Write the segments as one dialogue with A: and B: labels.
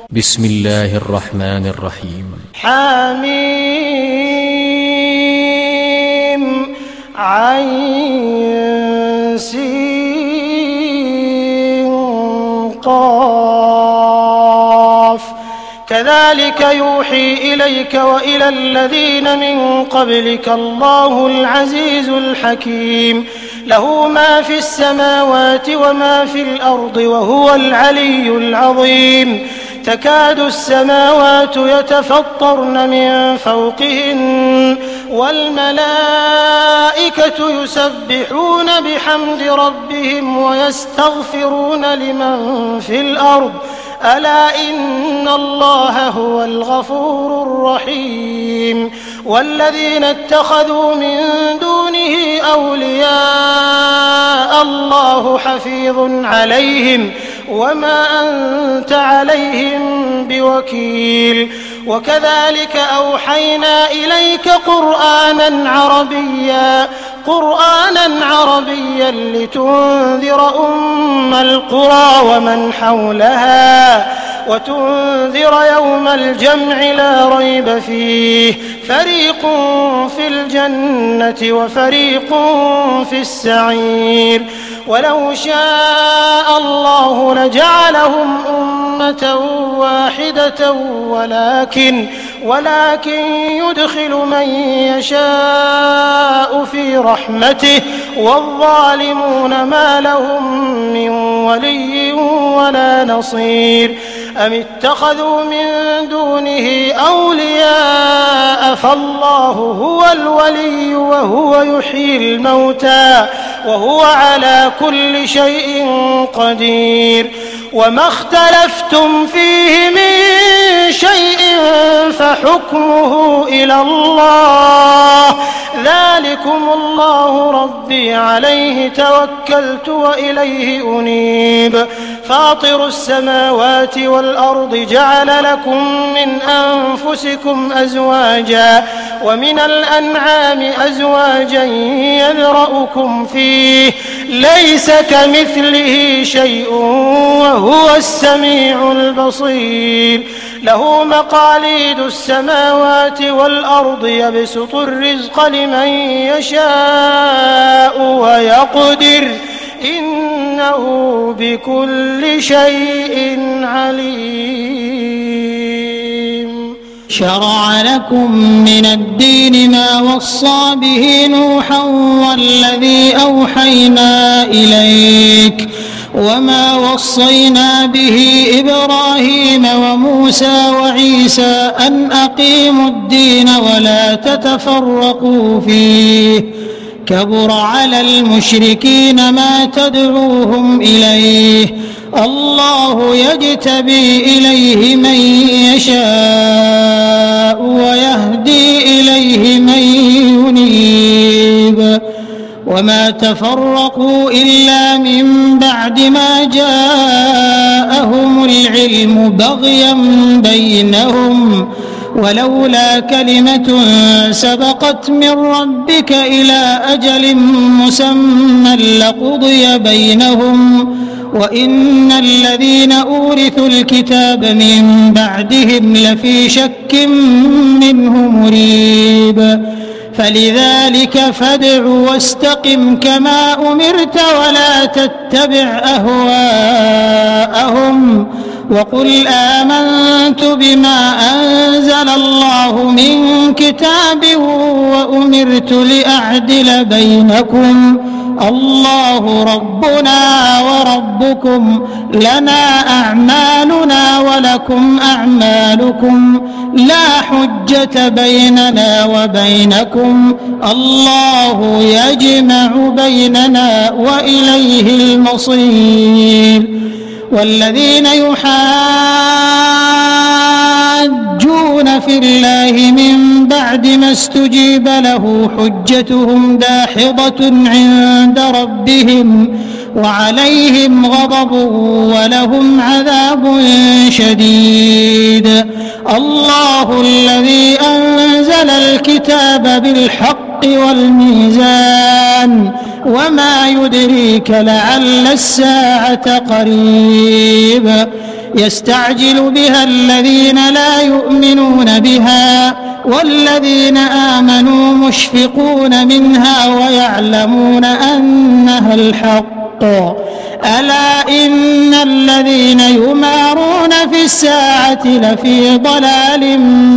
A: بسم الله الرحمن الرحيم.
B: حميم عين سين قاف كذلك يوحي إليك وإلى الذين من قبلك الله العزيز الحكيم له ما في السماوات وما في الأرض وهو العلي العظيم تكاد السماوات يتفطرن من فوقهن والملائكة يسبحون بحمد ربهم ويستغفرون لمن في الأرض ألا إن الله هو الغفور الرحيم والذين اتخذوا من دونه أولياء الله حفيظ عليهم وما أنت عليهم بوكيل وكذلك أوحينا إليك قرآنا عربيا لتنذر أم القرى ومن حولها وتنذر يوم الجمع لا ريب فيه فريق في الجنة وفريق في السعير ولو شاء الله لجعلهم أمة واحدة ولكن يدخل من يشاء في رحمته والظالمون ما لهم من ولي ولا نصير أم اتخذوا من دونه أولياء فالله هو الولي وهو يحيي الموتى وهو على كل شيء قدير وما اختلفتم فيه من شيء فحكمه إلى الله ذلكم الله ربي عليه توكلت وإليه أنيب فاطر السماوات والأرض جعل لكم من أنفسكم أزواجا ومن الأنعام أزواجا يذرأكم فيه ليس كمثله شيء وهو السميع البصير له مقاليد السماوات والأرض يبسط الرزق لمن يشاء ويقدر إنه بكل شيء عليم
C: شرع لكم من الدين ما وصى به نوحا والذي أوحينا إليك وما وصينا به إبراهيم وموسى وعيسى أن أقيموا الدين ولا تتفرقوا فيه كبر على المشركين ما تدعوهم إليه الله يجتبي إليه من يشاء ويهدي إليه من ينيب وما تفرقوا إلا من بعد ما جاءهم العلم بغيا بينهم ولولا كلمة سبقت من ربك إلى أجل مسمى لقضي بينهم وإن الذين أورثوا الكتاب من بعدهم لفي شك منه مريب فلذلك فادع واستقم كما أمرت ولا تتبع أهواءهم وقل آمنت بما أنزل الله من كتاب وأمرت لأعدل بينكم الله ربنا وربكم لنا أعمالنا ولكم أعمالكم لا حجة بيننا وبينكم الله يجمع بيننا وإليه المصير والذين يحاجون في الله من بعد ما استجيب له حجتهم داحضة عند ربهم وعليهم غضب ولهم عذاب شديد الله الذي أنزل الكتاب بالحق والميزان وما يدريك لعل الساعة قريب يستعجل بها الذين لا يؤمنون بها والذين آمنوا مشفقون منها ويعلمون أنها الحق ألا إن الذين يمارون في الساعة لفي ضلال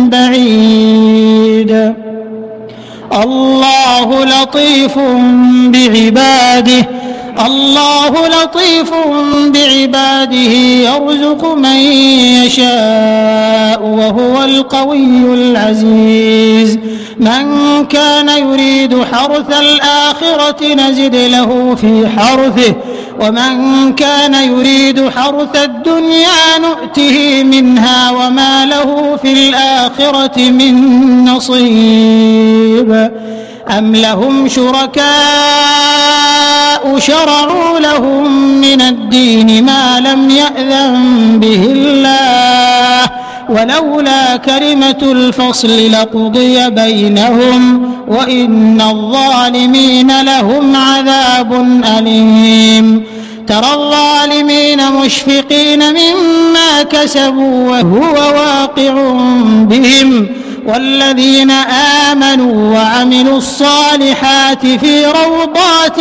C: بعيد الله لطيف بعباده يرزق من يشاء وهو القوي العزيز من كان يريد حرث الآخرة نزد له في حرثه ومن كان يريد حرث الدنيا نؤته منها وما له في الآخرة من نصيب أم لهم شركاء شرعوا لهم من الدين ما لم يأذن به الله ولولا كلمة الفصل لقضي بينهم وإن الظالمين لهم عذاب أليم ترى الظالمين مشفقين مما كسبوا وهو واقع بهم والذين آمنوا وعملوا الصالحات في روضات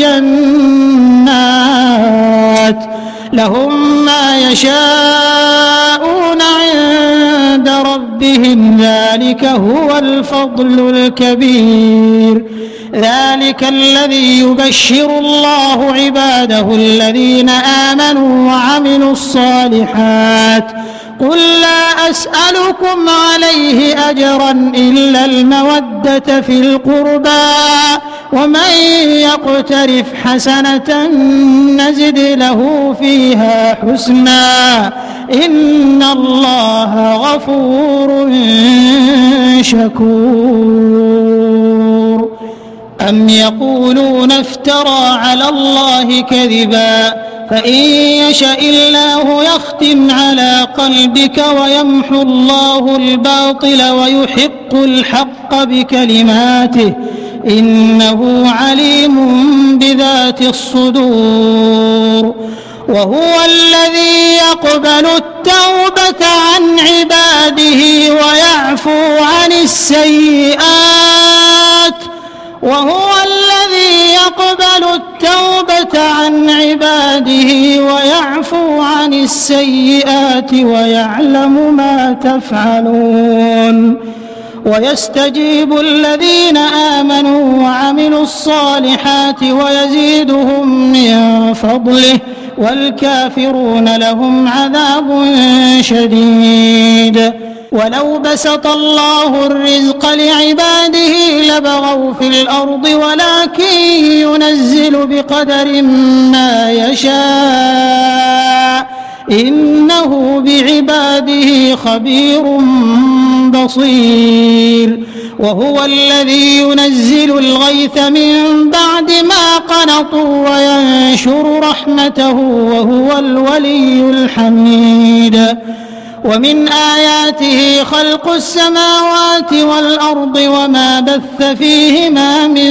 C: الجنات لهم ما يشاءون عند ربهم ذلك هو الفضل الكبير ذلك الذي يبشر الله عباده الذين آمنوا وعملوا الصالحات قل لا أسألكم عليه أجرا إلا المودة في القربى ومن يقترف حسنة نزد له فيها حسنا إن الله غفور شكور أم يقولون افترى على الله كذبا فإن يشأ الله يختم على قلبك ويمحو الله الباطل ويحق الحق بكلماته إنه عليم بذات الصدور وهو الذي يقبل التوبة عن عباده ويعفو عن السيئات وهو الذي يقبل التوبة عن عباده ويعفو عن السيئات ويعلم ما تفعلون ويستجيب الذين آمنوا وعملوا الصالحات ويزيدهم من فضله والكافرون لهم عذاب شديد ولو بسط الله الرزق لعباده لبغوا في الأرض ولكن ينزل بقدر ما يشاء إنه بعباده خبير بصير وهو الذي ينزل الغيث من بعد ما قنطوا وينشر رحمته وهو الولي الحميد ومن آياته خلق السماوات والأرض وما بث فيهما من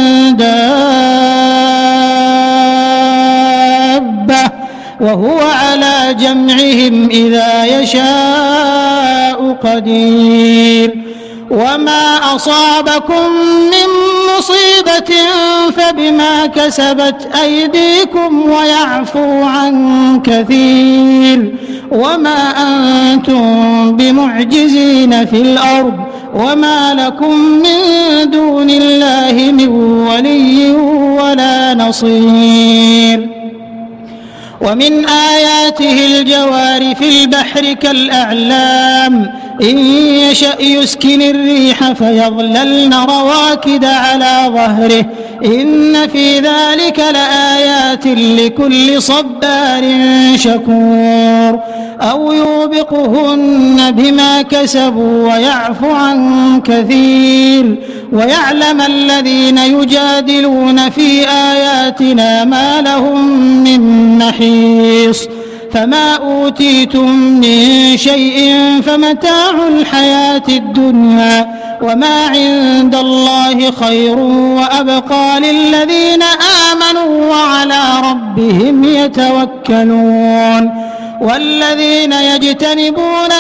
C: دابة وهو على جمعهم إذا يشاء قدير وما أصابكم من مصيبة فبما كسبت أيديكم ويعفو عن كثير وما أنتم بمعجزين في الأرض وما لكم من دون الله من ولي ولا نصير ومن آياته الجوار في البحر كالأعلام إن يشأ يسكن الريح فيظللن رواكد على ظهره إن في ذلك لآيات لكل صبار شكور أو يوبقهن بما كسبوا ويعفو عن كثير ويعلم الذين يجادلون في آياتنا ما لهم من محيص فما أوتيتم من شيء فمتاع الحياة الدنيا وما عند الله خير وأبقى للذين آمنوا وعلى ربهم يتوكلون والذين يجتنبون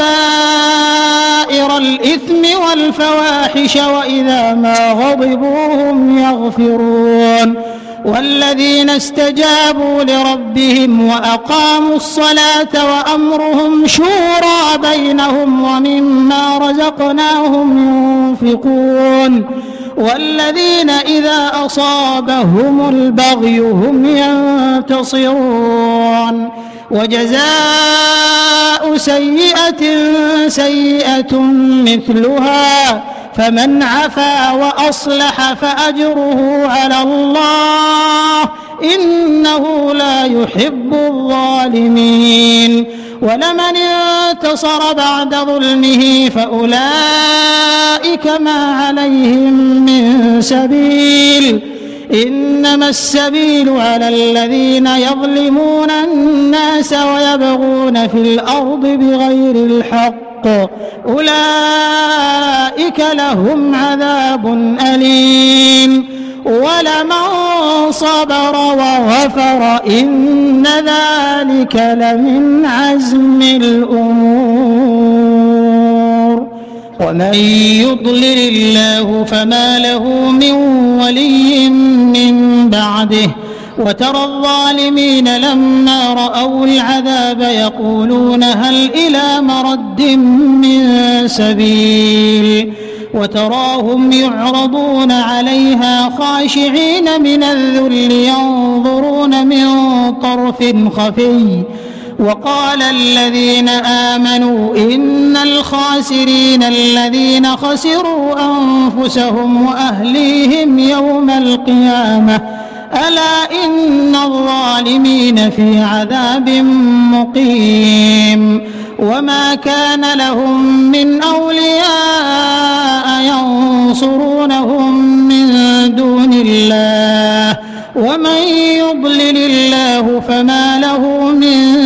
C: كبائر الإثم والفواحش وإذا ما غضبوا هم يغفرون والذين استجابوا لربهم وأقاموا الصلاة وأمرهم شورى بينهم ومما رزقناهم ينفقون والذين إذا أصابهم البغي هم ينتصرون وجزاء سيئة سيئة مثلها فمن عفا وأصلح فأجره على الله إنه لا يحب الظالمين ولمن انتصر بعد ظلمه فأولئك ما عليهم من سبيل إنما السبيل على الذين يظلمون الناس ويبغون في الأرض بغير الحق أولئك لهم عذاب أليم ولمن صبر وغفر إن ذلك لمن عزم الأمور ومن يضلل الله فما له من ولي من بعده وترى الظالمين لما رأوا العذاب يقولون هل إلى مرد من سبيل وتراهم يعرضون عليها خاشعين من الذل ينظرون من طرف خفي وقال الذين آمنوا إن الخاسرين الذين خسروا أنفسهم وأهليهم يوم القيامة ألا إن الظالمين في عذاب مقيم وما كان لهم من أولياء ينصرونهم من دون الله ومن يضلل الله فما له من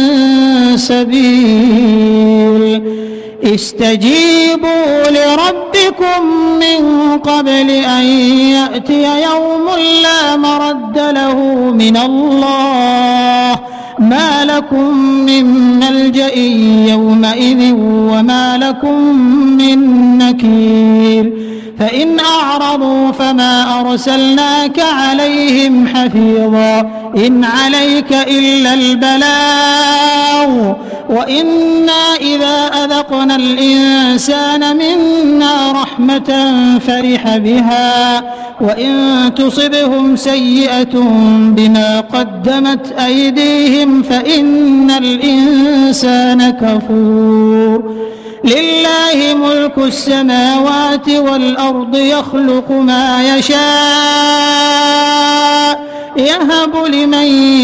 C: سبيل استجيبوا لربكم من قبل أن يأتي يوم لا مرد له من الله ما لكم من ملجأ يومئذ وما لكم من نكير فإن أعرضوا فما أرسلناك عليهم حفيظا إن عليك إلا البلاغ وإنا إذا أذقنا الإنسان منا رحمة فرح بها وإن تصبهم سيئة بما قدمت أيديهم فإن الإنسان كفور لله ملك السماوات والأرض يخلق ما يشاء يهب لمن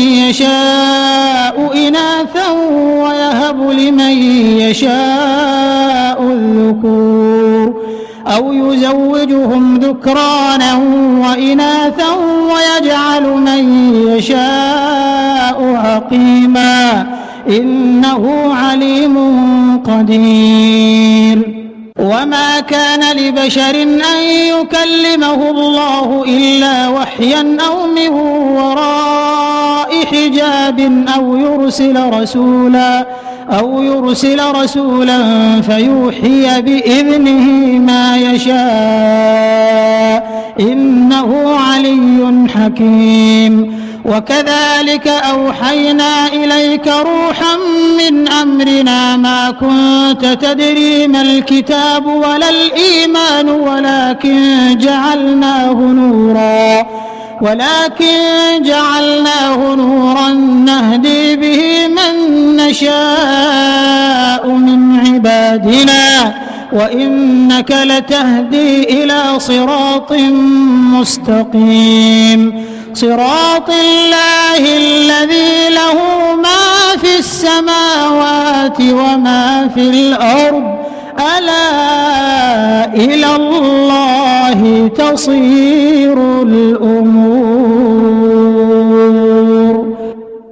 C: يشاء إناثا ويهب لمن يشاء الذكور أو يزوجهم ذكرانا وإناثا ويجعل من يشاء عقيما إنه عليم قدير وما كان لبشر أن يكلمه الله إلا وحيا أو من وراء حجاب أو يرسل رسولا فيوحي بإذنه ما يشاء إنه علي حكيم وكذلك أوحينا إليك روحا من أمرنا ما كنت تدري ما الكتاب ولا الإيمان ولكن جعلناه نورا نهدي به من نشاء من عبادنا وإنك لتهدي إلى صراط مستقيم صراط الله الذي له ما في السماوات وما في الأرض ألا إلى الله تصير الأمور